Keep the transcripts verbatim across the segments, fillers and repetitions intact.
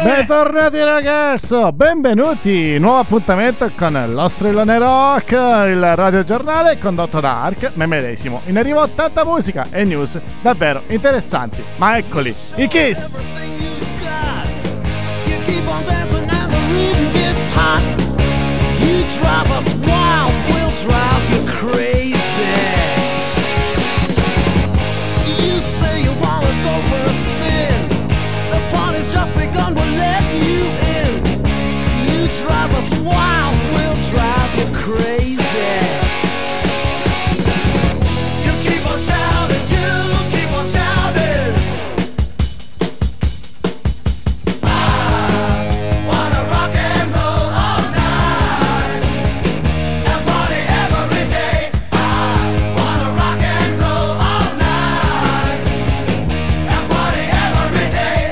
Bentornati ragazzi, benvenuti, nuovo appuntamento con lo Strillone Rock, il radiogiornale condotto da Ark, me medesimo. In arrivo tanta musica e news davvero interessanti, ma eccoli, i Kiss! Just begun, we'll let you in. You drive us wild, we'll drive you crazy. You keep on shouting, you keep on shouting. I wanna rock and roll all night and party every day. I wanna rock and roll all night and party every day.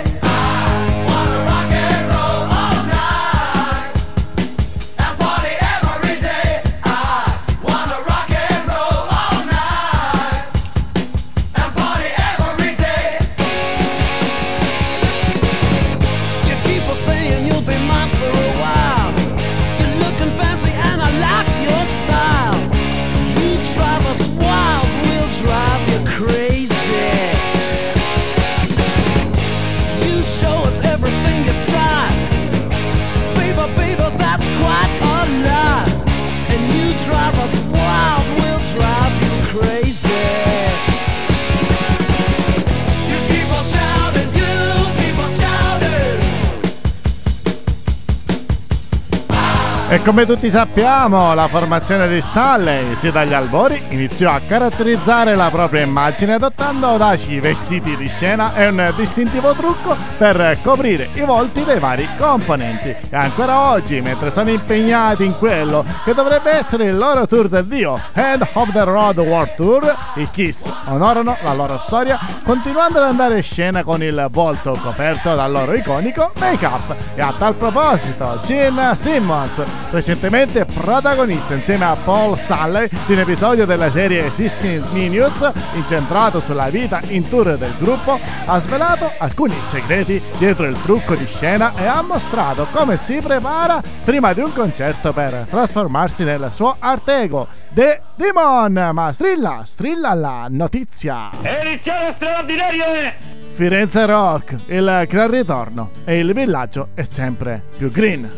E come tutti sappiamo, la formazione di Stanley, sin dagli albori, iniziò a caratterizzare la propria immagine adottando audaci vestiti di scena e un distintivo trucco per coprire i volti dei vari componenti. E ancora oggi, mentre sono impegnati in quello che dovrebbe essere il loro tour d'addio, End of the Road World Tour, i Kiss onorano la loro storia continuando ad andare in scena con il volto coperto dal loro iconico make-up. E a tal proposito, Gene Simmons, recentemente protagonista insieme a Paul Stanley di un episodio della serie sixteen Minutes incentrato sulla vita in tour del gruppo, ha svelato alcuni segreti dietro il trucco di scena e ha mostrato come si prepara prima di un concerto per trasformarsi nel suo alter ego The Demon. Ma strilla, strilla la notizia. Edizione straordinaria! Firenze Rock, il gran ritorno e il villaggio è sempre più green.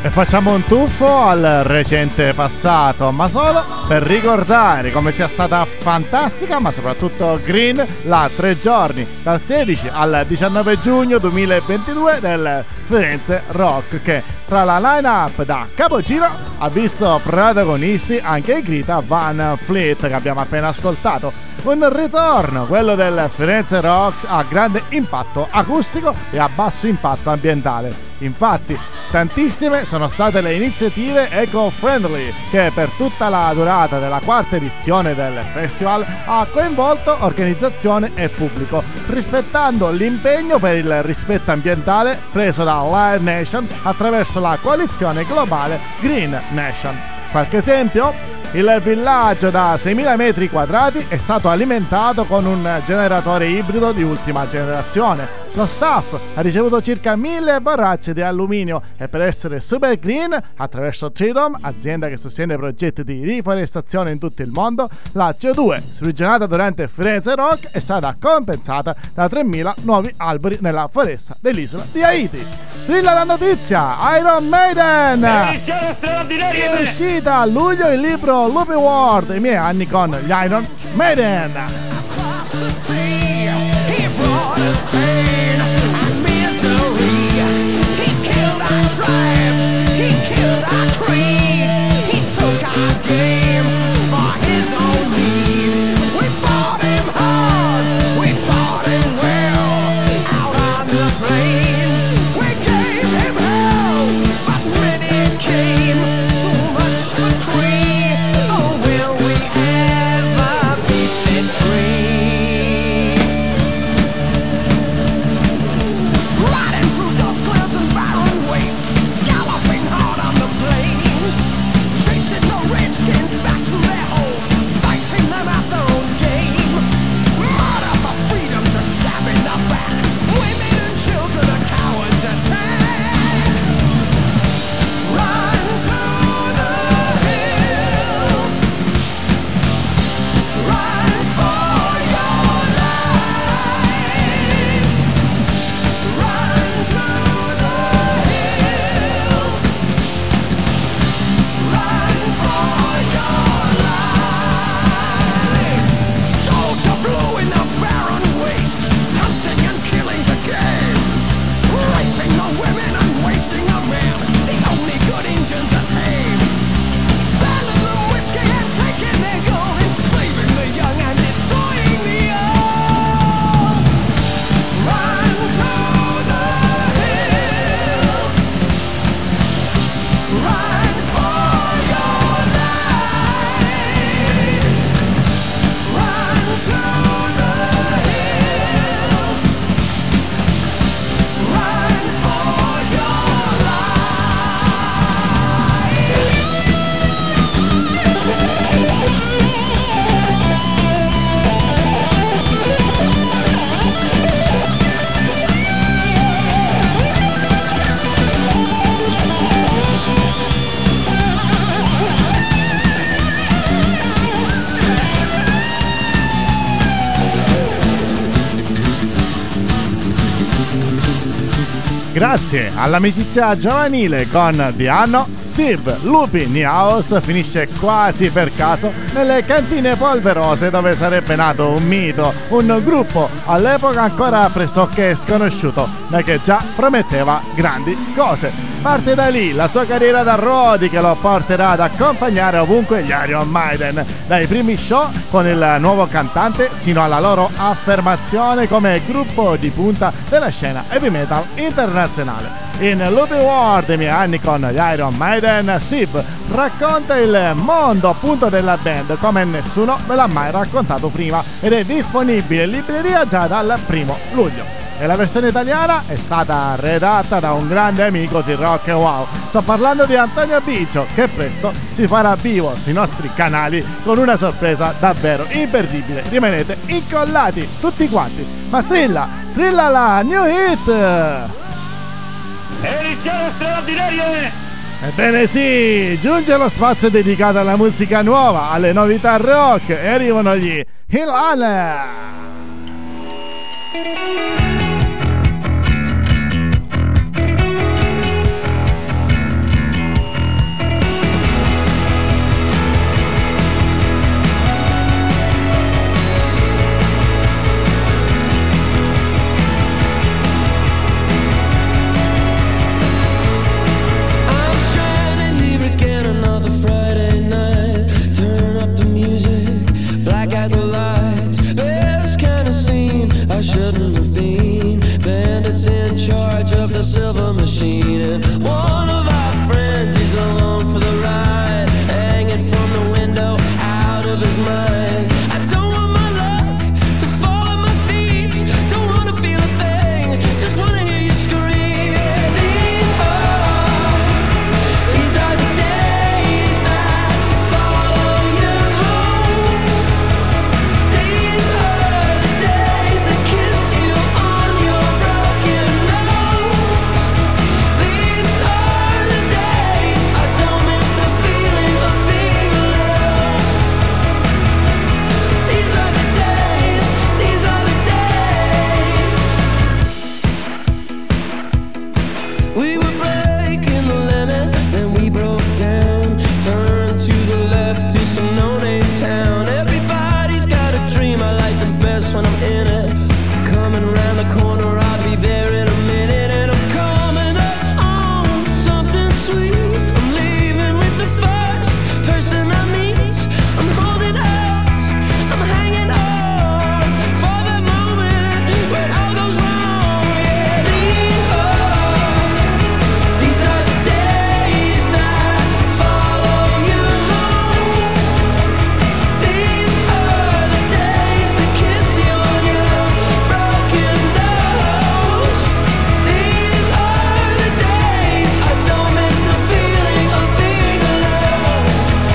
E facciamo un tuffo al recente passato, ma solo per ricordare come sia stata fantastica, ma soprattutto green, la tre giorni, dal sedici al diciannove giugno duemilaventidue del Firenze Rock, che tra la line-up da capogiro ha visto protagonisti anche i Greta Van Fleet, che abbiamo appena ascoltato. Un ritorno, quello del Firenze Rock, a grande impatto acustico e a basso impatto ambientale. Infatti, tantissime sono state le iniziative eco-friendly che per tutta la durata della quarta edizione del festival ha coinvolto organizzazione e pubblico, rispettando l'impegno per il rispetto ambientale preso da Live Nation attraverso la coalizione globale Green Nation. Qualche esempio? Il villaggio da seimila metri quadrati è stato alimentato con un generatore ibrido di ultima generazione. Lo staff ha ricevuto circa mille borracce di alluminio e per essere super green, attraverso Tridom, azienda che sostiene progetti di riforestazione in tutto il mondo, la C O due sprigionata durante Firenze Rock è stata compensata da tremila nuovi alberi nella foresta dell'isola di Haiti. Strilla la notizia! Iron Maiden! Edizione straordinaria! In uscita a luglio il libro Loopy World, i miei anni con gli Iron Maiden. Across the sea, he brought us pain and misery. He killed our tribes, he killed our creed. He took our game for his own need. We fought him hard, we fought him well. Out on the plains, we gave him hell. But when it came, too much for creed. Oh, will we ever be set free? Riding through dust clouds and barren wastes, galloping hard on the plains, chasing the redskins back to their holes, fighting them at their own game. Murder for freedom, they're stabbing the back. Women and children are cowards attack. Run to the hills, run for your lives. Run to the hills, run for your lives. Soldier blue in the barren wastes, hunting and killing's a game. Raping the women and wasting the men, the only good Indians are tame. Selling them whiskey and taking their gold, enslaving the young and destroying the old. Run to the hills, run for your lives. Run to the hills, run for your Grazie all'amicizia giovanile con di anno, Steve Lupi Niaos finisce quasi per caso nelle cantine polverose dove sarebbe nato un mito, un gruppo all'epoca ancora pressoché sconosciuto, ma che già prometteva grandi cose. Parte da lì la sua carriera da roadie che lo porterà ad accompagnare ovunque gli Iron Maiden, dai primi show con il nuovo cantante sino alla loro affermazione come gruppo di punta della scena heavy metal internazionale. In Loopy World, i miei anni con gli Iron Maiden, Steve racconta il mondo appunto della band come nessuno me l'ha mai raccontato prima ed è disponibile in libreria già dal primo luglio. E la versione italiana è stata redatta da un grande amico di Rock e Wow. Sto parlando di Antonio Biccio, che presto si farà vivo sui nostri canali con una sorpresa davvero imperdibile. Rimanete incollati tutti quanti. Ma strilla, strilla la new hit! Edizione straordinaria! Ebbene sì, giunge lo spazio dedicato alla musica nuova, alle novità rock e arrivano gli Hilana! silver machine, and one of our friends is along for the ride, hanging from the window, out of his mind. I don't want my luck to fall at my feet, don't wanna feel a thing, just wanna hear you scream. These are, these are the days that follow you home. These are the days that kiss you on your broken nose. These are the days I don't miss the feeling of being alone. These are the days, these are the days. We were breaking the limit, then we broke down. Turned to the left to some no-name town. Everybody's got a dream, I like them best when I'm in it. Coming around the corner, I'll be there in a minute. And I'm coming up on something sweet. I'm leaving with the first person I meet. I'm holding out, I'm hanging on for the moment when it all goes wrong. Yeah, these are, these are the days that follow you home. These are the days that kiss you on your broken nose. These are the days I don't miss the feeling of being alone.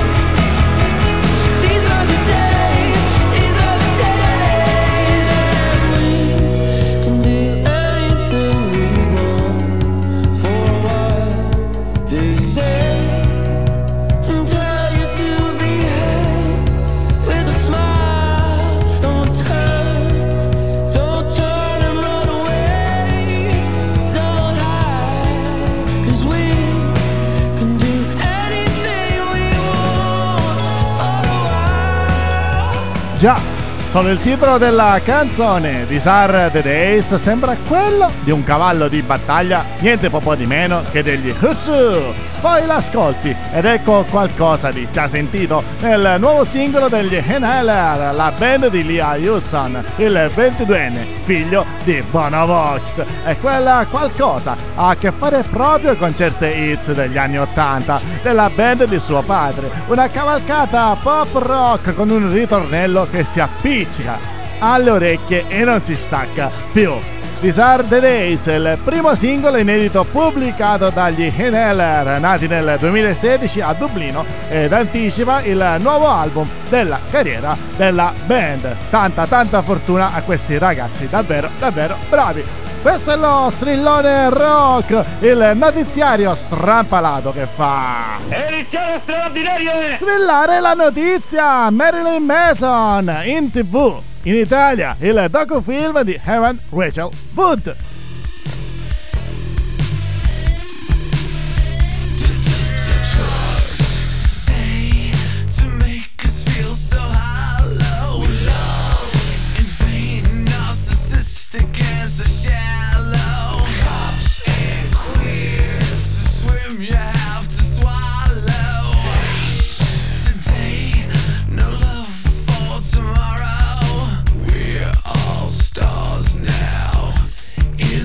These are the days, these are the days. And we can do anything we want for a while. They say and tell you to behave with a smile. Don't turn, don't turn and run away. Don't hide, 'cause we can do anything we want for a while. Già, solo il titolo della canzone These Are the Days sembra quello di un cavallo di battaglia, niente po' po' di meno che degli Hutsu. Poi l'ascolti ed ecco qualcosa di già sentito nel nuovo singolo degli Inhaler, la band di Lia Hewson, il ventiduenne figlio di Bono Vox. E quella qualcosa ha a che fare proprio con certe hits degli anni ottanta della band di suo padre, una cavalcata pop rock con un ritornello che si appiccica alle orecchie e non si stacca più. These Are the Days, il primo singolo inedito pubblicato dagli Inhaler, nati nel duemilasedici a Dublino, ed anticipa il nuovo album della carriera della band. Tanta tanta fortuna a questi ragazzi, davvero davvero bravi. Questo è lo strillone rock, il notiziario strampalato che fa Edizione straordinaria! strillare la notizia. Marilyn Manson in tv. In Italia il docufilm di Evan Rachel Wood. To make us feel so hollow, love in vain, narcissistic and so shallow. Cops and queers, to swim you have to swallow. Today, no love for tomorrow. We're all stars now. In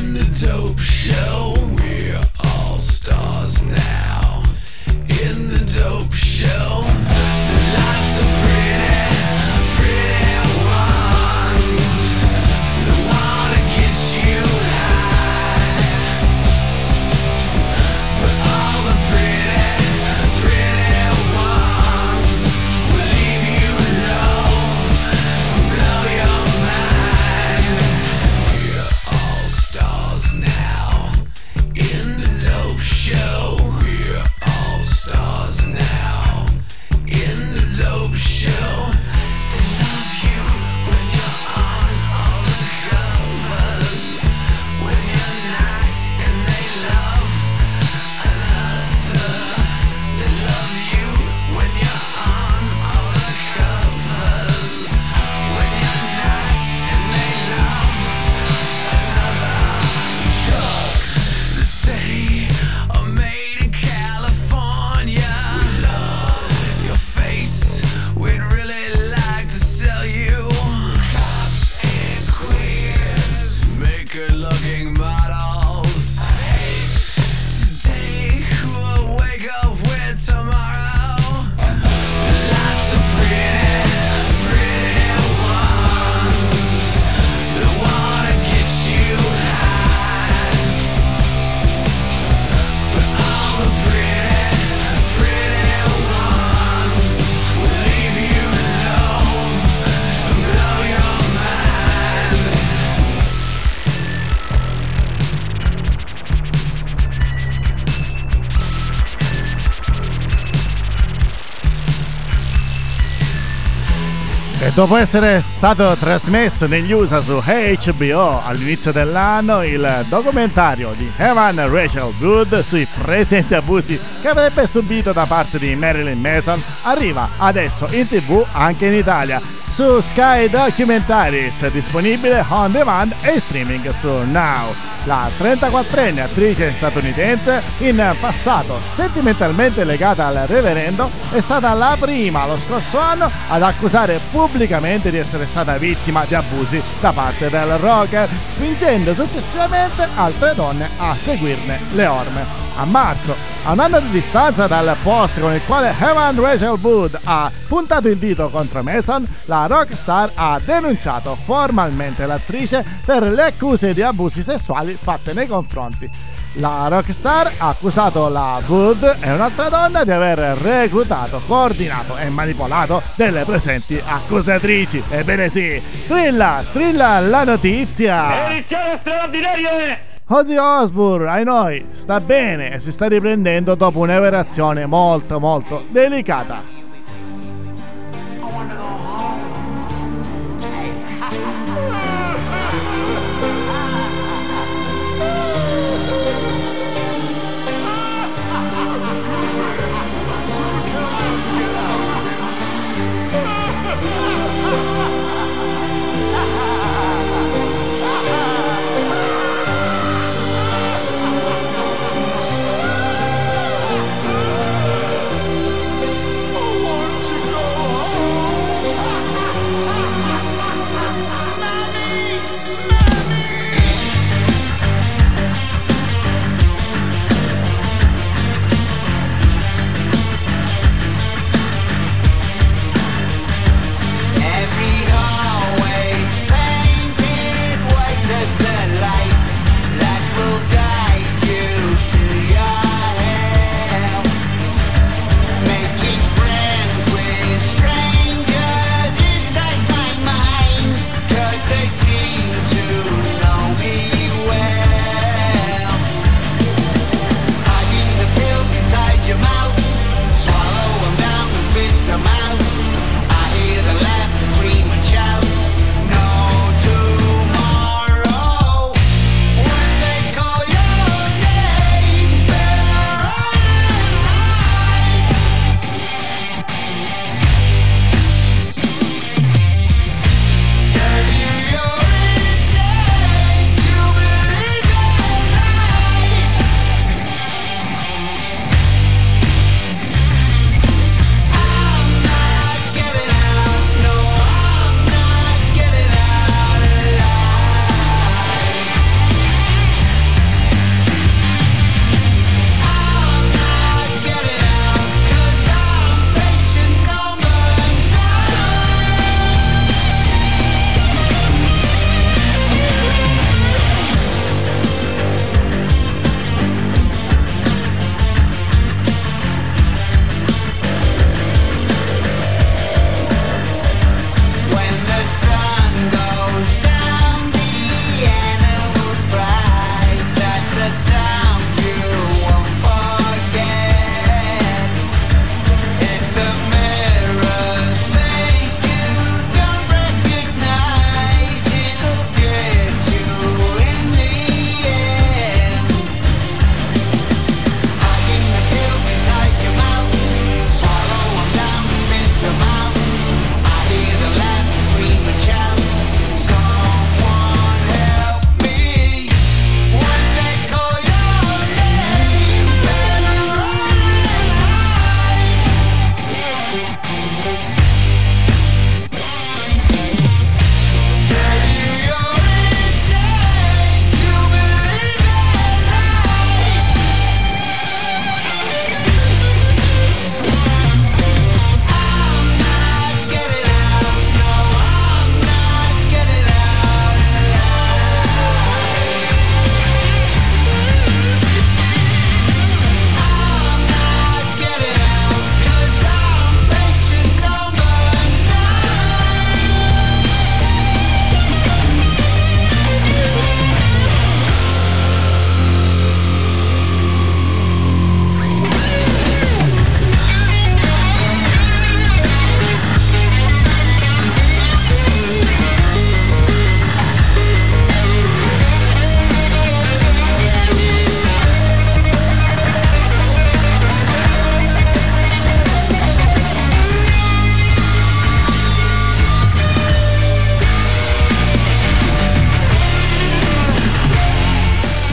Dopo essere stato trasmesso negli U S A su H B O all'inizio dell'anno, il documentario di Evan Rachel Wood sui presenti abusi che avrebbe subito da parte di Marilyn Manson arriva adesso in tv anche in Italia su Sky Documentaries, disponibile on demand e streaming su Now. La trentaquattrenne attrice statunitense, in passato sentimentalmente legata al reverendo, è stata la prima lo scorso anno ad accusare pubblicamente di essere stata vittima di abusi da parte del rocker, spingendo successivamente altre donne a seguirne le orme. A marzo, a un anno di distanza dal post con il quale Evan Rachel Wood ha puntato il dito contro Manson, la rockstar ha denunciato formalmente l'attrice per le accuse di abusi sessuali fatte nei confronti. La rockstar ha accusato la Wood e un'altra donna di aver reclutato, coordinato e manipolato delle presenti accusatrici. Ebbene sì, strilla, strilla la notizia! Edizione straordinaria! eh! Ozzy Osbourne, ai noi, sta bene e si sta riprendendo dopo un'operazione molto molto delicata.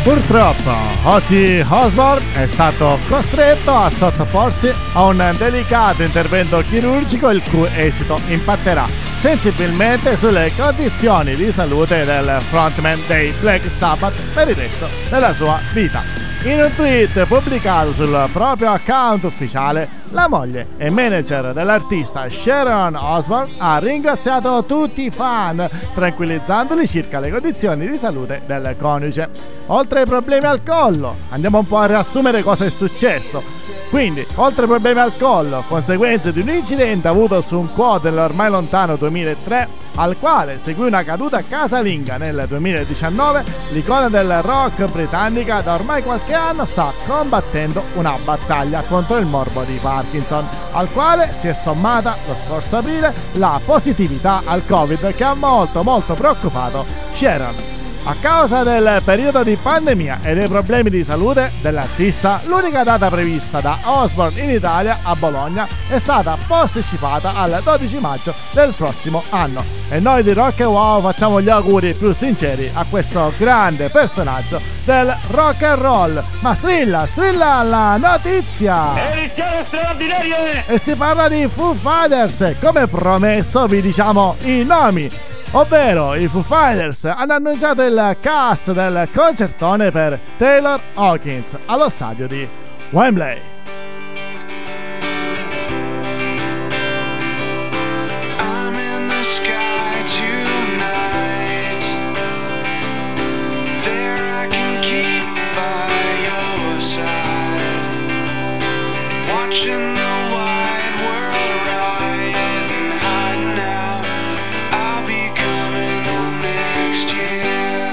Purtroppo Ozzy Osbourne è stato costretto a sottoporsi a un delicato intervento chirurgico il cui esito impatterà sensibilmente sulle condizioni di salute del frontman dei Black Sabbath per il resto della sua vita. In un tweet pubblicato sul proprio account ufficiale, la moglie e manager dell'artista Sharon Osbourne ha ringraziato tutti i fan, tranquillizzandoli circa le condizioni di salute del coniuge. Oltre ai problemi al collo, andiamo un po' a riassumere cosa è successo. Quindi, oltre ai problemi al collo, conseguenze di un incidente avuto su un quad dell'ormai lontano duemilatré, al quale seguì una caduta casalinga nel duemiladiciannove, l'icona del rock britannica da ormai qualche anno sta combattendo una battaglia contro il morbo di Parkinson, al quale si è sommata lo scorso aprile la positività al Covid che ha molto molto preoccupato Sharon. A causa del periodo di pandemia e dei problemi di salute dell'artista, l'unica data prevista da Osbourne in Italia, a Bologna, è stata posticipata al dodici maggio del prossimo anno. E noi di Rock and Wow facciamo gli auguri più sinceri a questo grande personaggio del rock and roll. Ma strilla, strilla la notizia! Edizione straordinaria! E si parla di Foo Fighters e come promesso vi diciamo i nomi. Ovvero i Foo Fighters hanno annunciato il cast del concertone per Taylor Hawkins allo stadio di Wembley. I'm in the sky tonight. There I can keep by your side, watching the wide world riot and hiding out. I'll be coming home next year.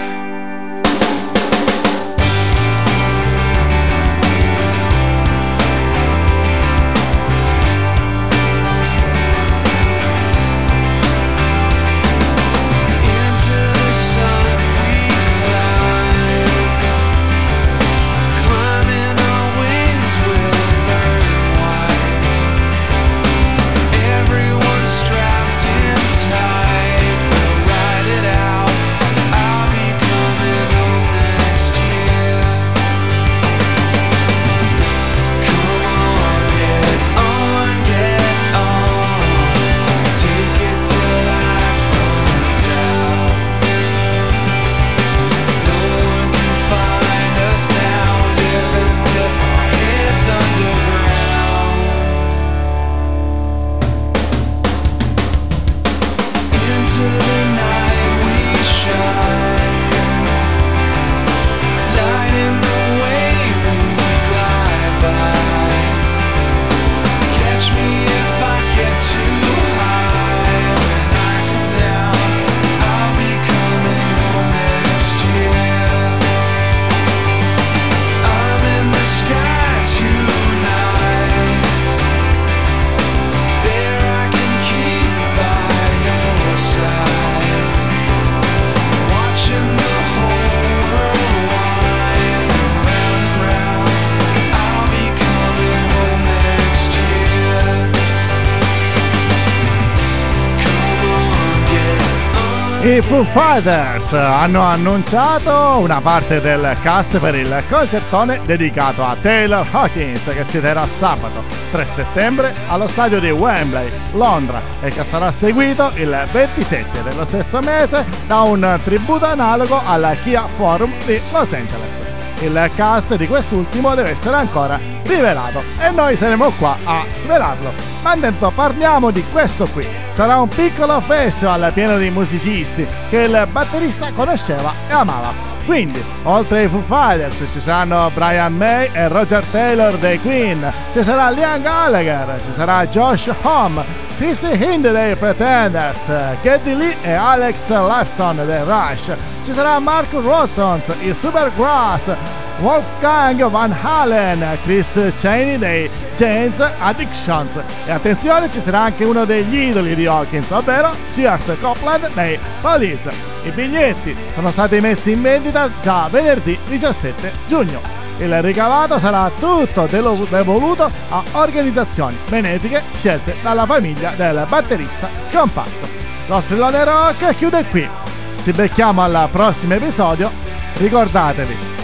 I Foo Fighters hanno annunciato una parte del cast per il concertone dedicato a Taylor Hawkins che si terrà sabato tre settembre allo stadio di Wembley, Londra, e che sarà seguito il ventisette dello stesso mese da un tributo analogo al Kia Forum di Los Angeles. Il cast di quest'ultimo deve essere ancora rivelato e noi saremo qua a svelarlo. Ma intanto parliamo di questo qui. Sarà un piccolo festival pieno di musicisti che il batterista conosceva e amava. Quindi, oltre ai Foo Fighters, ci saranno Brian May e Roger Taylor dei Queen, ci sarà Liam Gallagher, ci sarà Josh Homme, Chris Hind dei Pretenders, Geddy Lee e Alex Lifeson dei Rush, ci sarà Mark Ronson, i Supergrass, Wolfgang Van Halen, Chris Cheney dei Jane's Addictions e attenzione, ci sarà anche uno degli idoli di Hawkins, ovvero Stuart Copeland dei Police. I biglietti sono stati messi in vendita già venerdì diciassette giugno. Il ricavato sarà tutto devoluto a organizzazioni benefiche scelte dalla famiglia del batterista scomparso. Lo Strillone Rock chiude qui. Ci becchiamo al prossimo episodio. Ricordatevi,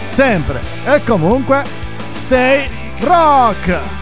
sempre e comunque stay rock!